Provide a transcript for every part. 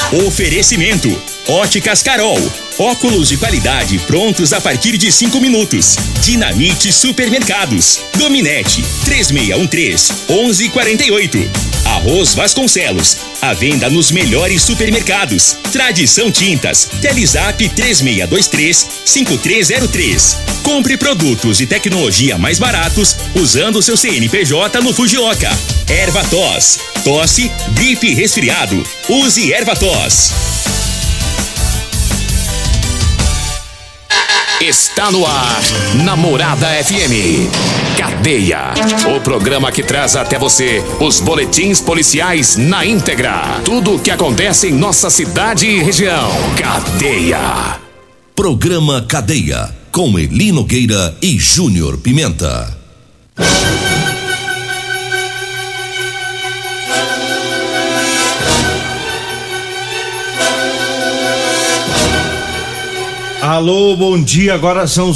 Oferecimento: Óticas Carol. Óculos de qualidade prontos a partir de 5 minutos. Dinamite Supermercados. Dominete 3613-1148. Arroz Vasconcelos. À venda nos melhores supermercados. Tradição Tintas. Telezap 3623-5303. Compre produtos e tecnologia mais baratos usando seu CNPJ no Fujioka. Ervatos. Tosse, gripe e resfriado. Use Ervatos. Está no ar, Namorada FM. Cadeia. O programa que traz até você os boletins policiais na íntegra. Tudo o que acontece em nossa cidade e região. Cadeia. Programa Cadeia, com Eli Nogueira e Júnior Pimenta. Alô, bom dia, agora são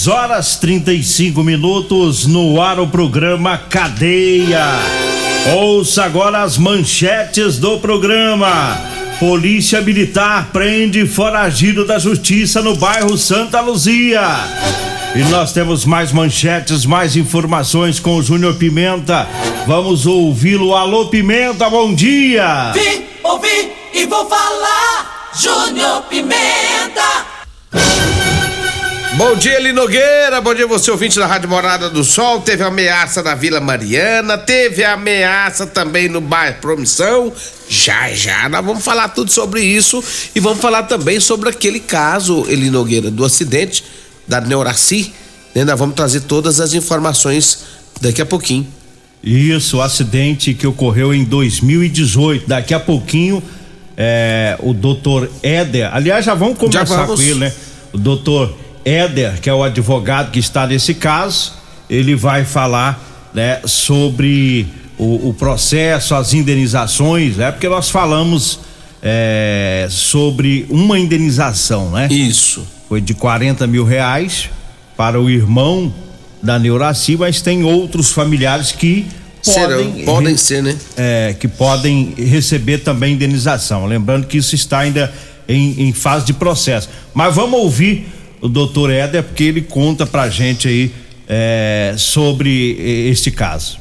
6h35, no ar o programa Cadeia. Ouça agora as manchetes do programa. Polícia Militar prende foragido da justiça no bairro Santa Luzia. E nós temos mais manchetes, mais informações com o Júnior Pimenta. Vamos ouvi-lo. Alô, Pimenta, bom dia. Vim, ouvi e vou falar. Júnior Pimenta. Bom dia, Eli Nogueira, bom dia você, ouvinte da Rádio Morada do Sol. Teve ameaça na Vila Mariana, teve ameaça também no bairro Promissão. Já nós vamos falar tudo sobre isso e vamos falar também sobre aquele caso, Eli Nogueira, do acidente da Neuraci, né? Nós vamos trazer todas as informações daqui a pouquinho. Isso, o acidente que ocorreu em 2018, daqui a pouquinho o doutor Éder, aliás já vamos conversar com ele, né? O doutor Éder, que é o advogado que está nesse caso, ele vai falar, né, sobre o processo, as indenizações, né? Porque nós falamos sobre uma indenização, né? Isso. Foi de R$40 mil para o irmão da Neuraci, mas tem outros familiares que podem ser, né? Que podem receber também indenização. Lembrando que isso está ainda em fase de processo. Mas vamos ouvir o doutor Éder, porque ele conta pra gente aí sobre este caso.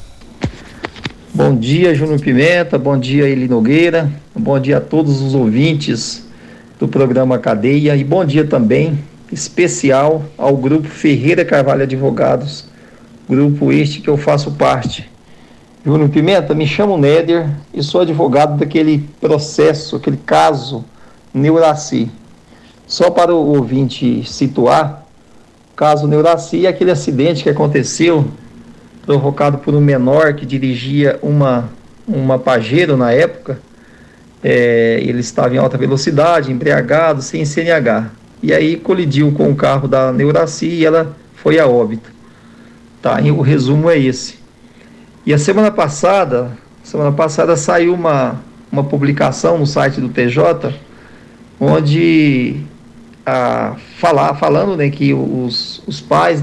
Bom dia, Júnior Pimenta, bom dia, Eli Nogueira, bom dia a todos os ouvintes do programa Cadeia e bom dia também especial ao grupo Ferreira Carvalho Advogados, grupo este que eu faço parte. Júnior Pimenta, me chamo Néder e sou advogado daquele processo, aquele caso Neuraci. Só para o ouvinte situar, o caso Neuraci é aquele acidente que aconteceu, provocado por um menor que dirigia uma Pajero na época. Ele estava em alta velocidade, embriagado, sem CNH. E aí colidiu com o carro da Neuraci e ela foi a óbito. Tá, e o resumo é esse. E a semana passada saiu uma publicação no site do TJ, onde falando, né, que os pais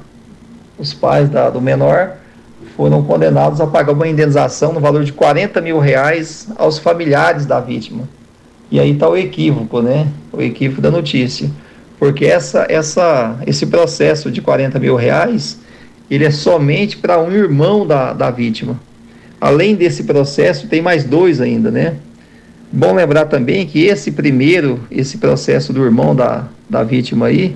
do menor foram condenados a pagar uma indenização no valor de R$40 mil aos familiares da vítima. E aí está o equívoco, né? O equívoco da notícia. Porque esse processo de R$40 mil, ele é somente para um irmão da vítima. Além desse processo, tem mais dois ainda, né? Bom lembrar também que esse processo do irmão da vítima aí,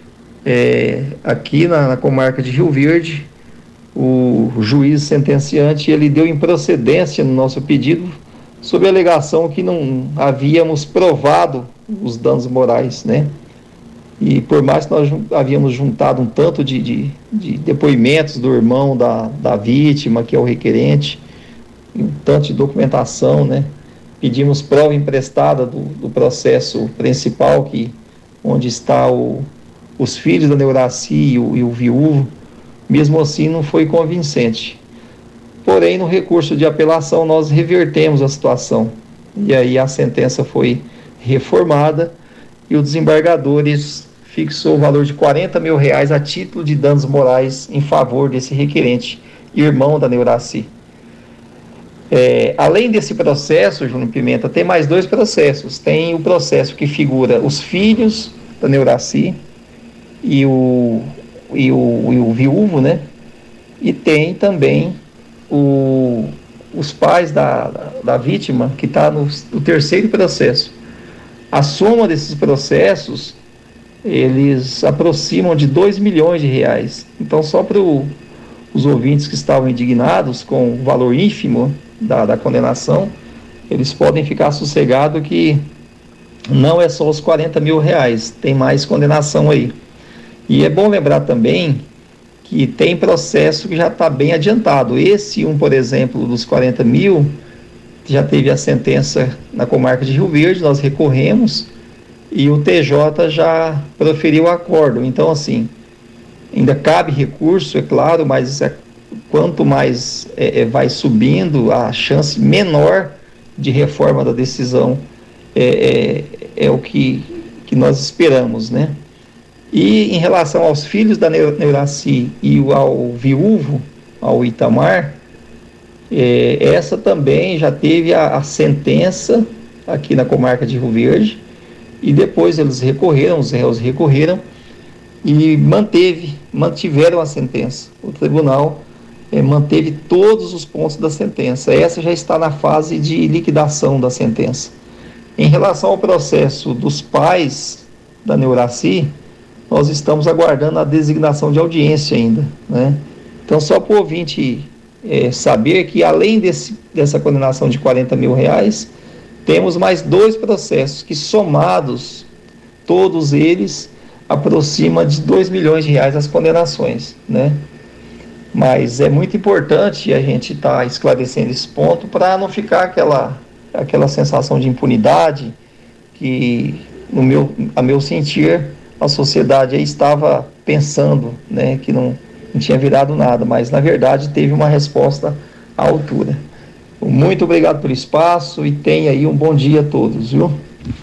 aqui na comarca de Rio Verde, o juiz sentenciante, ele deu improcedência no nosso pedido, sob a alegação que não havíamos provado os danos morais, né? E por mais que nós havíamos juntado um tanto de depoimentos do irmão da vítima, que é o requerente, um tanto de documentação, né? Pedimos prova emprestada do processo principal, onde está os filhos da Neuraci e o viúvo. Mesmo assim não foi convincente. Porém, no recurso de apelação nós revertemos a situação. E aí a sentença foi reformada e o desembargador fixou o valor de R$40 mil a título de danos morais em favor desse requerente, irmão da Neuraci. Além desse processo, Júnior Pimenta, tem mais 2 processos. Tem o processo que figura os filhos da Neuraci e o viúvo, né? E tem também os pais da vítima, que está no 3º processo. A soma desses processos, eles aproximam de R$2 milhões. Então, só para os ouvintes que estavam indignados com o valor ínfimo da condenação, eles podem ficar sossegados que não é só os R$40 mil, tem mais condenação aí. E é bom lembrar também que tem processo que já está bem adiantado. Esse por exemplo, dos 40 mil, já teve a sentença na comarca de Rio Verde, nós recorremos e o TJ já proferiu o acordo. Então, assim, ainda cabe recurso, é claro, mas quanto mais vai subindo, a chance menor de reforma da decisão é o que nós esperamos, né? E em relação aos filhos da Neuraci e ao viúvo, ao Itamar, essa também já teve a sentença aqui na comarca de Rio Verde, e depois eles recorreram, os réus recorreram e mantiveram a sentença. O tribunal manteve todos os pontos da sentença. Essa já está na fase de liquidação da sentença. Em relação ao processo dos pais da Neuraci, nós estamos aguardando a designação de audiência ainda, né? Então, só para o ouvinte saber que, além dessa condenação de R$40 mil, temos mais 2 processos que, somados, todos eles, aproximam de R$2 milhões as condenações, né? Mas é muito importante a gente estar esclarecendo esse ponto para não ficar aquela sensação de impunidade que, a meu sentir, a sociedade aí estava pensando, né, que não tinha virado nada, mas na verdade teve uma resposta à altura. Muito obrigado pelo espaço e tenha aí um bom dia a todos, viu?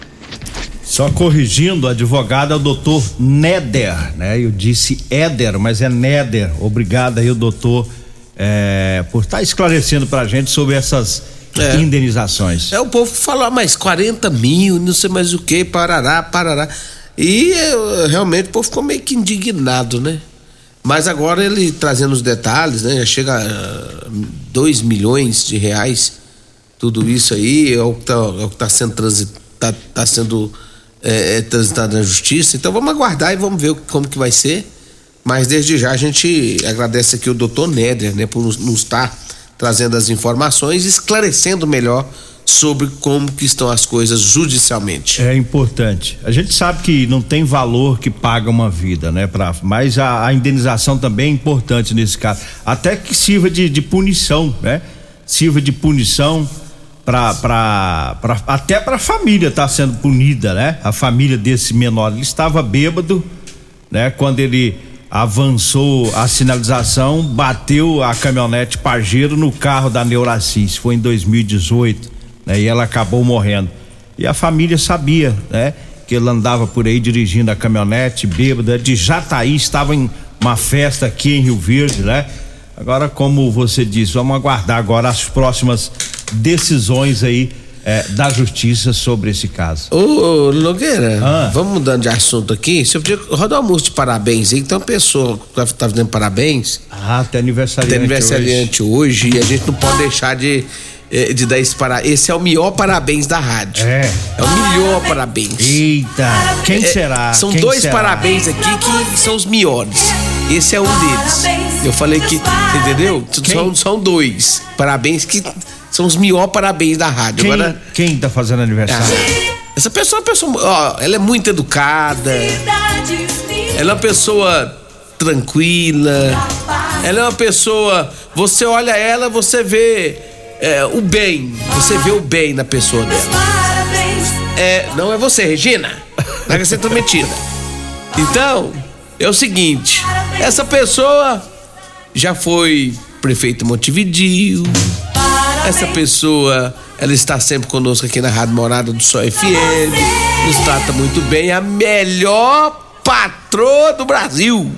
Só corrigindo, advogado é o doutor Néder, né? Eu disse Éder, mas é Néder. Obrigado aí o doutor por estar esclarecendo pra gente sobre essas indenizações. O povo fala, mas 40 mil, não sei mais o que, parará. E realmente o povo ficou meio que indignado, né? Mas agora ele trazendo os detalhes, né? Já chega a R$2 milhões, tudo isso aí é o que tá sendo transitado na justiça. Então vamos aguardar e vamos ver como que vai ser. Mas desde já a gente agradece aqui o doutor Néder, né? Por nos estar trazendo as informações, esclarecendo melhor sobre como que estão as coisas judicialmente. É importante. A gente sabe que não tem valor que paga uma vida, né? Mas a indenização também é importante nesse caso. Até que sirva de punição, né? Sirva de punição até para a família tá sendo punida, né? A família desse menor, ele estava bêbado, né? Quando ele avançou a sinalização, bateu a caminhonete Pajero no carro da Neuraci. Isso foi em 2018. E ela acabou morrendo. E a família sabia, né? Que ele andava por aí dirigindo a caminhonete, bêbada, de Jataí, estava em uma festa aqui em Rio Verde, né? Agora, como você disse, vamos aguardar agora as próximas decisões aí da justiça sobre esse caso. Ô Nogueira, vamos mudando de assunto aqui. Se eu podia rodar uma música de parabéns aí, que tem uma pessoa que tá fazendo parabéns. Tem aniversariante hoje. E a gente não pode deixar de dar esse parabéns. Esse é o melhor parabéns da rádio. É o melhor parabéns. Eita, quem será? São dois parabéns aqui que são os melhores. Esse é um deles. Eu falei que, entendeu? São dois parabéns que são os melhores parabéns da rádio. Quem tá fazendo aniversário? Essa pessoa, ela é muito educada. Ela é uma pessoa tranquila. Ela é uma pessoa, você olha ela, você vê o bem, você vê o bem na pessoa dela. Não é você, Regina. Não é que você tá metida. Então, é o seguinte, essa pessoa já foi prefeito Montevidéu. Essa pessoa, ela está sempre conosco aqui na Rádio Morada do Sol FM. Nos trata muito bem, a melhor patroa do Brasil,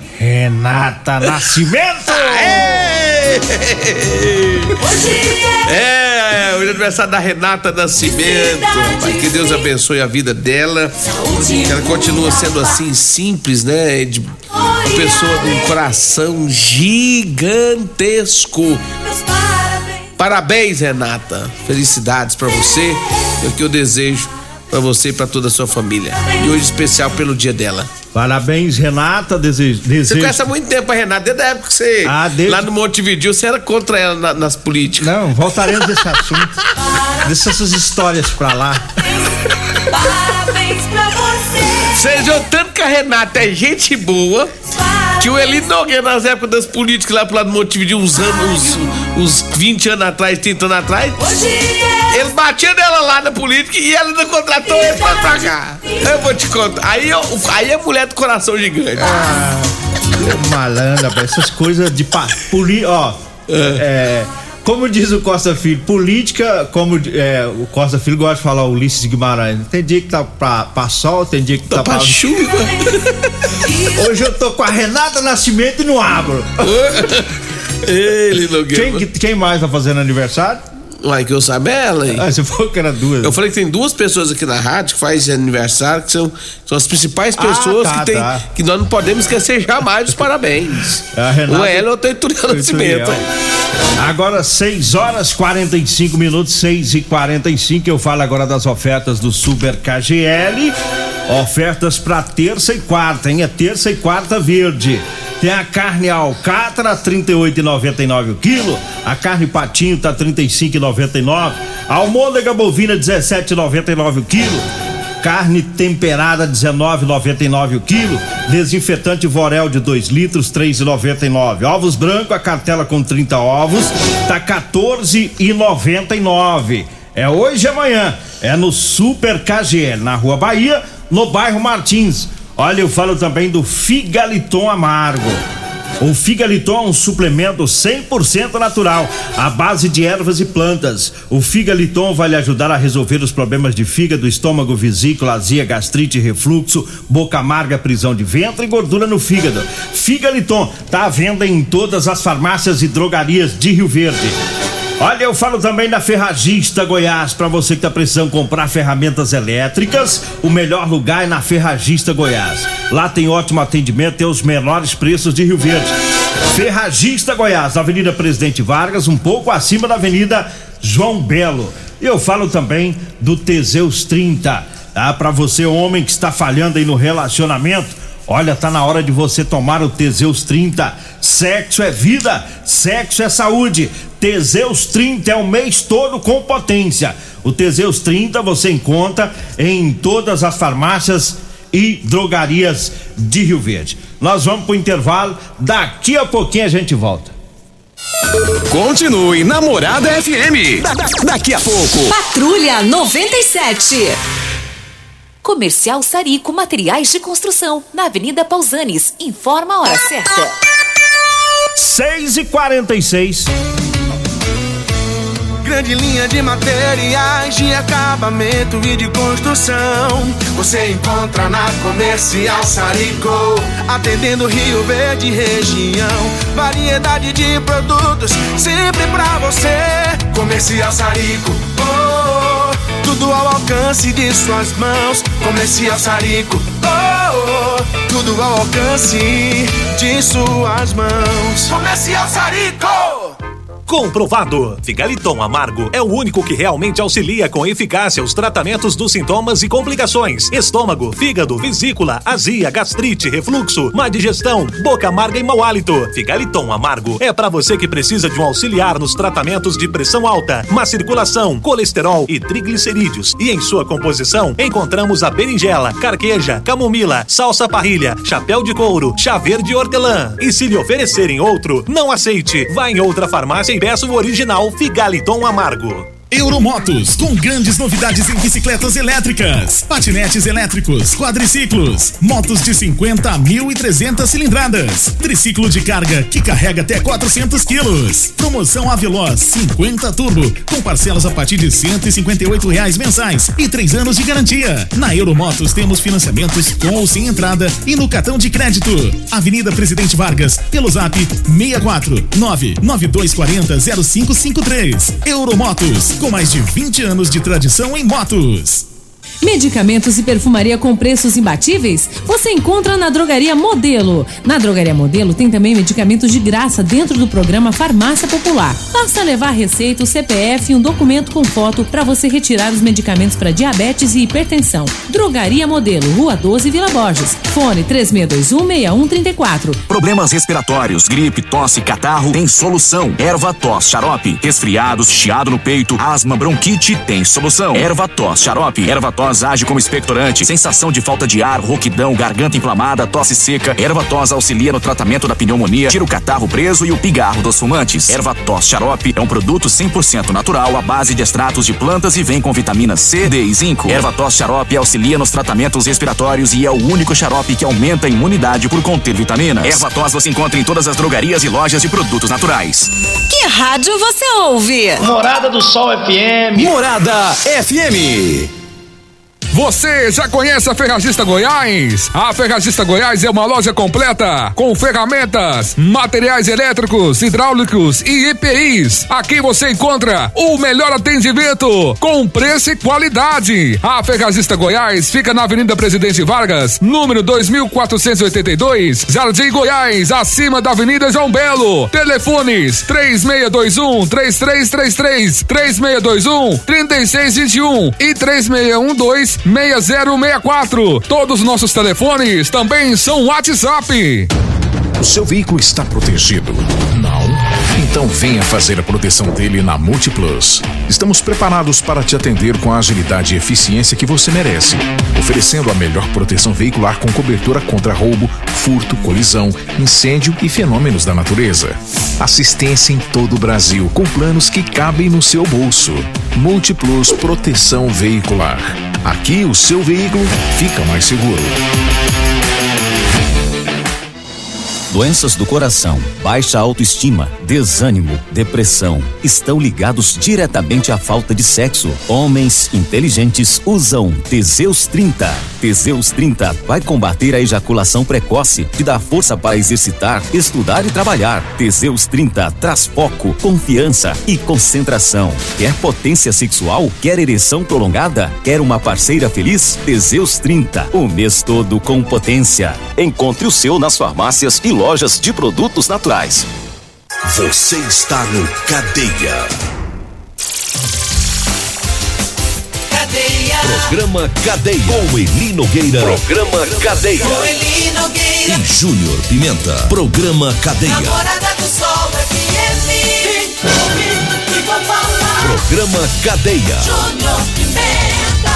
Renata Nascimento. Hoje é aniversário da Renata Nascimento, rapaz. Que Deus abençoe a vida dela. Que ela continua sendo assim, simples, né? Uma pessoa com um coração gigantesco. Parabéns, Renata. Felicidades pra você. É o que eu desejo pra você e pra toda a sua família. E hoje especial pelo dia dela. Parabéns, Renata. Desejo. Você conhece há muito tempo a Renata, desde a época que você, lá no Montevidéu, você era contra ela nas políticas. Não, voltaremos desse assunto. Deixa essas histórias pra lá. Parabéns pra você. Vocês viram tanto que a Renata é gente boa, que o Eli Nogueira, nas épocas das políticas lá pro lado do Montevidéu, uns 20 anos atrás, 30 anos atrás, ele batia nela lá na política e ela ainda contratou ele pra cá. Eu vou te contar. Aí é mulher do coração gigante. Malandra, essas coisas de como diz o Costa Filho, política, como o Costa Filho gosta de falar, o Ulisses Guimarães, tem dia que tá pra sol, tem dia que tá pra chuva. Hoje eu tô com a Renata Nascimento e não abro. Ele, Nogueira. Quem mais tá fazendo aniversário? Uai, que eu saiba ela, hein? Você falou que era duas. Eu falei que tem duas pessoas aqui na rádio que fazem aniversário, que são as principais pessoas que nós não podemos esquecer jamais os parabéns. Renata, o ela ou o Ituriel Nascimento. Agora 6h45, 6h45, eu falo agora das ofertas do Super KGL. Ofertas pra terça e quarta, hein? É terça e quarta verde. Tem a carne alcatra, R$38,99 o quilo. A carne patinho tá R$35,99. A almôndega bovina, R$17,99 o quilo. Carne temperada, R$19,99 o quilo. Desinfetante Vorel de 2 litros, R$3,99. Ovos brancos, a cartela com 30 ovos, tá R$14,99. É hoje e amanhã. É no Super KGL, na Rua Bahia, no bairro Martins. Olha, eu falo também do Figaliton Amargo. O Figaliton é um suplemento 100% natural, à base de ervas e plantas. O Figaliton vai lhe ajudar a resolver os problemas de fígado, estômago, vesícula, azia, gastrite, refluxo, boca amarga, prisão de ventre e gordura no fígado. Figaliton tá à venda em todas as farmácias e drogarias de Rio Verde. Olha, eu falo também da Ferragista Goiás, para você que tá precisando comprar ferramentas elétricas, o melhor lugar é na Ferragista Goiás. Lá tem ótimo atendimento, tem os menores preços de Rio Verde. Ferragista Goiás, Avenida Presidente Vargas, um pouco acima da Avenida João Belo. E eu falo também do Teseus 30, tá? Para você, homem que está falhando aí no relacionamento, olha, tá na hora de você tomar o Teseus 30. Sexo é vida, sexo é saúde. Teseus 30 é o mês todo com potência. O Teseus 30 você encontra em todas as farmácias e drogarias de Rio Verde. Nós vamos pro intervalo, daqui a pouquinho a gente volta. Continue na Morada FM. Daqui a pouco. Patrulha 97. Comercial Sarico Materiais de Construção, na Avenida Pausanes. Informa a hora certa. 6h46. Grande linha de materiais de acabamento e de construção. Você encontra na Comercial Sarico, atendendo Rio Verde região. Variedade de produtos, sempre pra você. Comercial Sarico, tudo ao alcance de suas mãos. Comercial Sarico, tudo ao alcance de suas mãos. Comercial Sarico. Comprovado. Figaliton Amargo é o único que realmente auxilia com eficácia os tratamentos dos sintomas e complicações: estômago, fígado, vesícula, azia, gastrite, refluxo, má digestão, boca amarga e mau hálito. Figaliton Amargo é para você que precisa de um auxiliar nos tratamentos de pressão alta, má circulação, colesterol e triglicerídeos. E em sua composição encontramos a berinjela, carqueja, camomila, salsa parrilha, chapéu de couro, chá verde e hortelã. E se lhe oferecerem outro, não aceite. Vá em outra farmácia e peça o original Figaliton Amargo. Euromotos, com grandes novidades em bicicletas elétricas, patinetes elétricos, quadriciclos, motos de 50 a 1.300 cilindradas, triciclo de carga que carrega até 400 quilos. Promoção Aveloz 50 Turbo, com parcelas a partir de R$158 mensais e 3 anos de garantia. Na Euromotos temos financiamentos com ou sem entrada e no cartão de crédito. Avenida Presidente Vargas, pelo zap 64 99240 0553. Euromotos, com mais de 20 anos de tradição em motos. Medicamentos e perfumaria com preços imbatíveis? Você encontra na Drogaria Modelo. Na Drogaria Modelo tem também medicamentos de graça dentro do programa Farmácia Popular. Basta levar receita, o CPF e um documento com foto para você retirar os medicamentos para diabetes e hipertensão. Drogaria Modelo, Rua 12, Vila Borges. Fone 3621-6134. Problemas respiratórios, gripe, tosse, catarro, tem solução. Erva Tos Xarope. Resfriados, chiado no peito, asma, bronquite, tem solução. Erva Tos Xarope. Erva Tos age como expectorante, sensação de falta de ar, rouquidão, garganta inflamada, tosse seca. Erva Tos auxilia no tratamento da pneumonia, tira o catarro preso e o pigarro dos fumantes. Erva Tos Xarope é um produto 100% natural à base de extratos de plantas e vem com vitamina C, D e zinco. Erva Tos Xarope auxilia nos tratamentos respiratórios e é o único xarope que aumenta a imunidade por conter vitaminas. Erva Tos você encontra em todas as drogarias e lojas de produtos naturais. Que rádio você ouve? Morada do Sol FM. Morada FM. Você já conhece a Ferragista Goiás? A Ferragista Goiás é uma loja completa com ferramentas, materiais elétricos, hidráulicos e EPIs. Aqui você encontra o melhor atendimento com preço e qualidade. A Ferragista Goiás fica na Avenida Presidente Vargas, número 2482, Jardim Goiás, acima da Avenida João Belo. Telefones 3621-3333, 3621-3621 e 3612-6064. Todos os nossos telefones também são WhatsApp. O seu veículo está protegido? Não? Então venha fazer a proteção dele na Multiplus. Estamos preparados para te atender com a agilidade e eficiência que você merece, oferecendo a melhor proteção veicular com cobertura contra roubo, furto, colisão, incêndio e fenômenos da natureza. Assistência em todo o Brasil, com planos que cabem no seu bolso. Multiplus Proteção Veicular. Aqui o seu veículo fica mais seguro. Doenças do coração, baixa autoestima, desânimo, depressão estão ligados diretamente à falta de sexo. Homens inteligentes usam Teseus 30. Teseus 30 vai combater a ejaculação precoce, te dá força para exercitar, estudar e trabalhar. Teseus 30 traz foco, confiança e concentração. Quer potência sexual? Quer ereção prolongada? Quer uma parceira feliz? Teseus 30, o mês todo com potência. Encontre o seu nas farmácias e lojas de produtos naturais. Você está no Cadeia. Programa Cadeia. Com Eli Nogueira. Programa Cadeia. Com Eli Nogueira e Júnior Pimenta. Programa Cadeia. Morada do Sol FM. E vou falar. Programa Cadeia. Júnior Pimenta.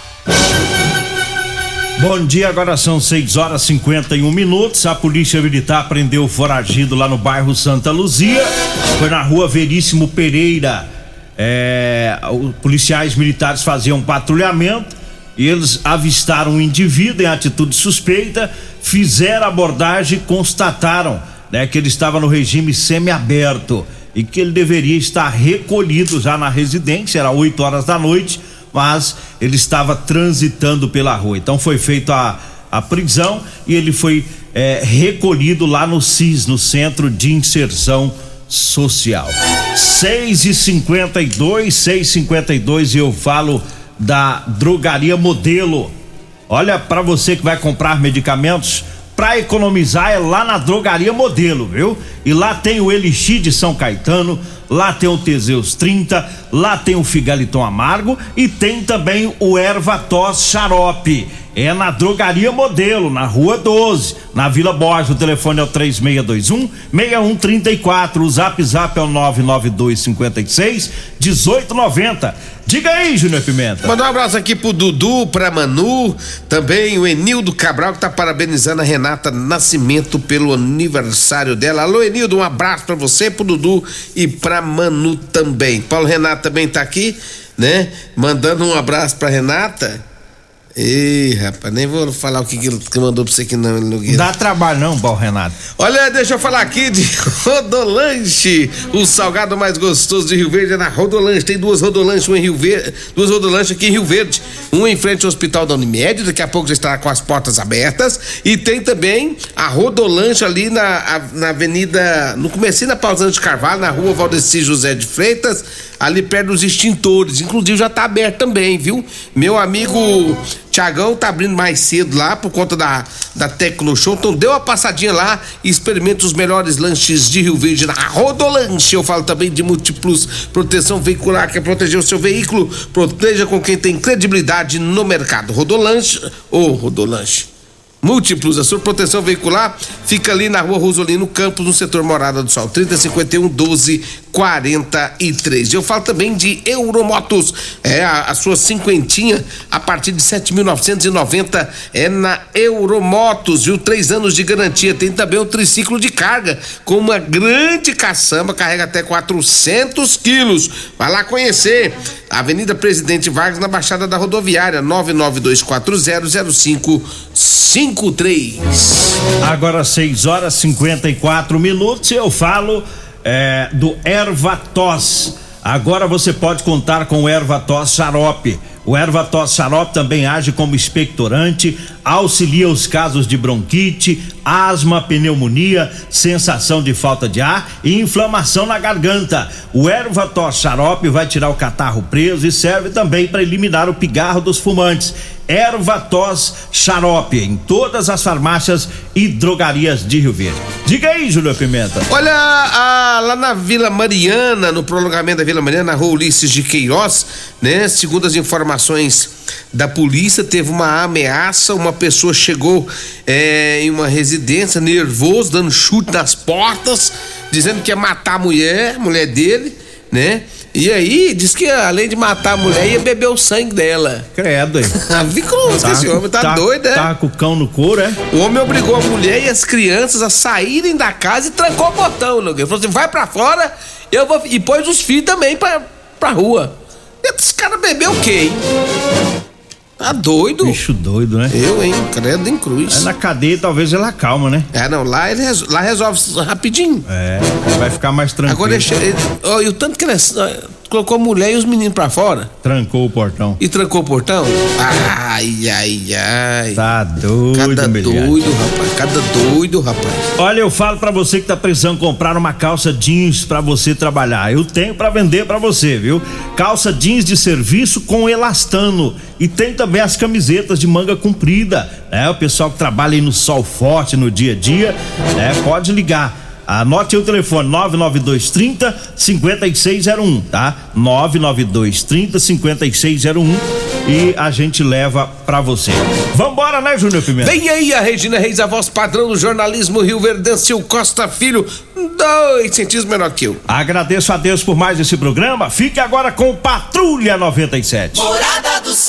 Bom dia, agora são 6h51. A Polícia Militar prendeu o foragido lá no bairro Santa Luzia. Foi na rua Veríssimo Pereira. Os policiais militares faziam patrulhamento e eles avistaram um indivíduo em atitude suspeita, fizeram abordagem e constataram, que ele estava no regime semiaberto e que ele deveria estar recolhido já na residência. Era 8 horas da noite, mas ele estava transitando pela rua. Então foi feita a prisão e ele foi recolhido lá no CIS, no Centro de Inserção Social. 6h52, e eu falo da Drogaria Modelo. Olha, para você que vai comprar medicamentos, para economizar é lá na Drogaria Modelo, viu? E lá tem o Elixir de São Caetano, lá tem o Teseus 30, lá tem o Figaliton Amargo e tem também o Erva Tos Xarope. É na Drogaria Modelo, na Rua 12, na Vila Borges. O telefone é o 3621-6134. O zap é o 99256-1890. Diga aí, Júnior Pimenta. Manda um abraço aqui pro Dudu, pra Manu, também o Enildo Cabral, que tá parabenizando a Renata Nascimento pelo aniversário dela. Alô, Enildo, um abraço pra você, pro Dudu e pra Manu também. Paulo Renato também tá aqui, né? Mandando um abraço pra Renata. Ih, rapaz, nem vou falar o que mandou pra você aqui não, Nogueira. Dá trabalho não, Paulo Renato. Olha, deixa eu falar aqui de Rodolanche. O salgado mais gostoso de Rio Verde é na Rodolanche. Tem duas Rodolanches, duas Rodolanches aqui em Rio Verde. Uma em frente ao Hospital da Unimed, daqui a pouco já estará com as portas abertas. E tem também a Rodolanche ali na avenida, no comecinho da Pausante de Carvalho, na rua Valdeci José de Freitas, ali perto dos extintores. Inclusive já tá aberto também, viu? Meu amigo Tiagão tá abrindo mais cedo lá por conta da Tecno Show, então dê uma passadinha lá e experimente os melhores lanches de Rio Verde na Rodolanche. Eu falo também de Múltiplos Proteção Veicular, quer proteger o seu veículo, proteja com quem tem credibilidade no mercado. Rodolanche Múltiplos, a sua proteção veicular fica ali na rua Rosolino Campos, no setor Morada do Sol, 3051-1243. Eu falo também de Euromotos, a sua cinquentinha a partir de 7.990 é na Euromotos, viu? 3 anos de garantia. Tem também o triciclo de carga com uma grande caçamba, carrega até 400 quilos. Vai lá conhecer. Avenida Presidente Vargas, na Baixada da Rodoviária, 992400553. Agora 6h54. Eu falo do Ervatos. Agora você pode contar com o Ervatos Xarope. O Ervatos Xarope também age como expectorante, auxilia os casos de bronquite, asma, pneumonia, sensação de falta de ar e inflamação na garganta. O Ervatos Xarope vai tirar o catarro preso e serve também para eliminar o pigarro dos fumantes. Ervatos Xarope em todas as farmácias e drogarias de Rio Verde. Diga aí, Júlio Pimenta. Olha, lá na Vila Mariana, no prolongamento da Vila Mariana, na rua Ulisses de Queiroz, né? Segundo as informações da polícia, teve uma ameaça, uma pessoa chegou em uma residência nervoso, dando chute nas portas, dizendo que ia matar a mulher dele, né? E aí, diz que além de matar a mulher, ia beber o sangue dela. Credo aí. Esse homem tá doido, né? Tá com o cão no couro, é? O homem obrigou a mulher e as crianças a saírem da casa e trancou o portão, Ele falou assim, vai pra fora, e pôs os filhos também pra rua. Esse cara bebeu o quê, hein? Tá doido? Bicho doido, né? Eu, hein? Credo em cruz. Na cadeia talvez ele acalma, né? Não, lá resolve rapidinho. Vai ficar mais tranquilo. Agora e o tanto que ele colocou a mulher e os meninos pra fora. Trancou o portão. E trancou o portão? Ai. Tá doido, cada doido, rapaz. Olha, eu falo pra você que tá precisando comprar uma calça jeans pra você trabalhar. Eu tenho pra vender pra você, viu? Calça jeans de serviço com elastano. E tem também as camisetas de manga comprida, né? O pessoal que trabalha aí no sol forte no dia a dia, né? Pode ligar. Anote aí o telefone 99230-5601, tá? 99230-5601 e a gente leva pra você. Vambora, né, Júnior Pimenta? Vem aí a Regina Reis, a voz padrão do jornalismo rioverdense, o Costa Filho, 2 centímetros menor que eu. Agradeço a Deus por mais esse programa. Fique agora com Patrulha 97. Morada do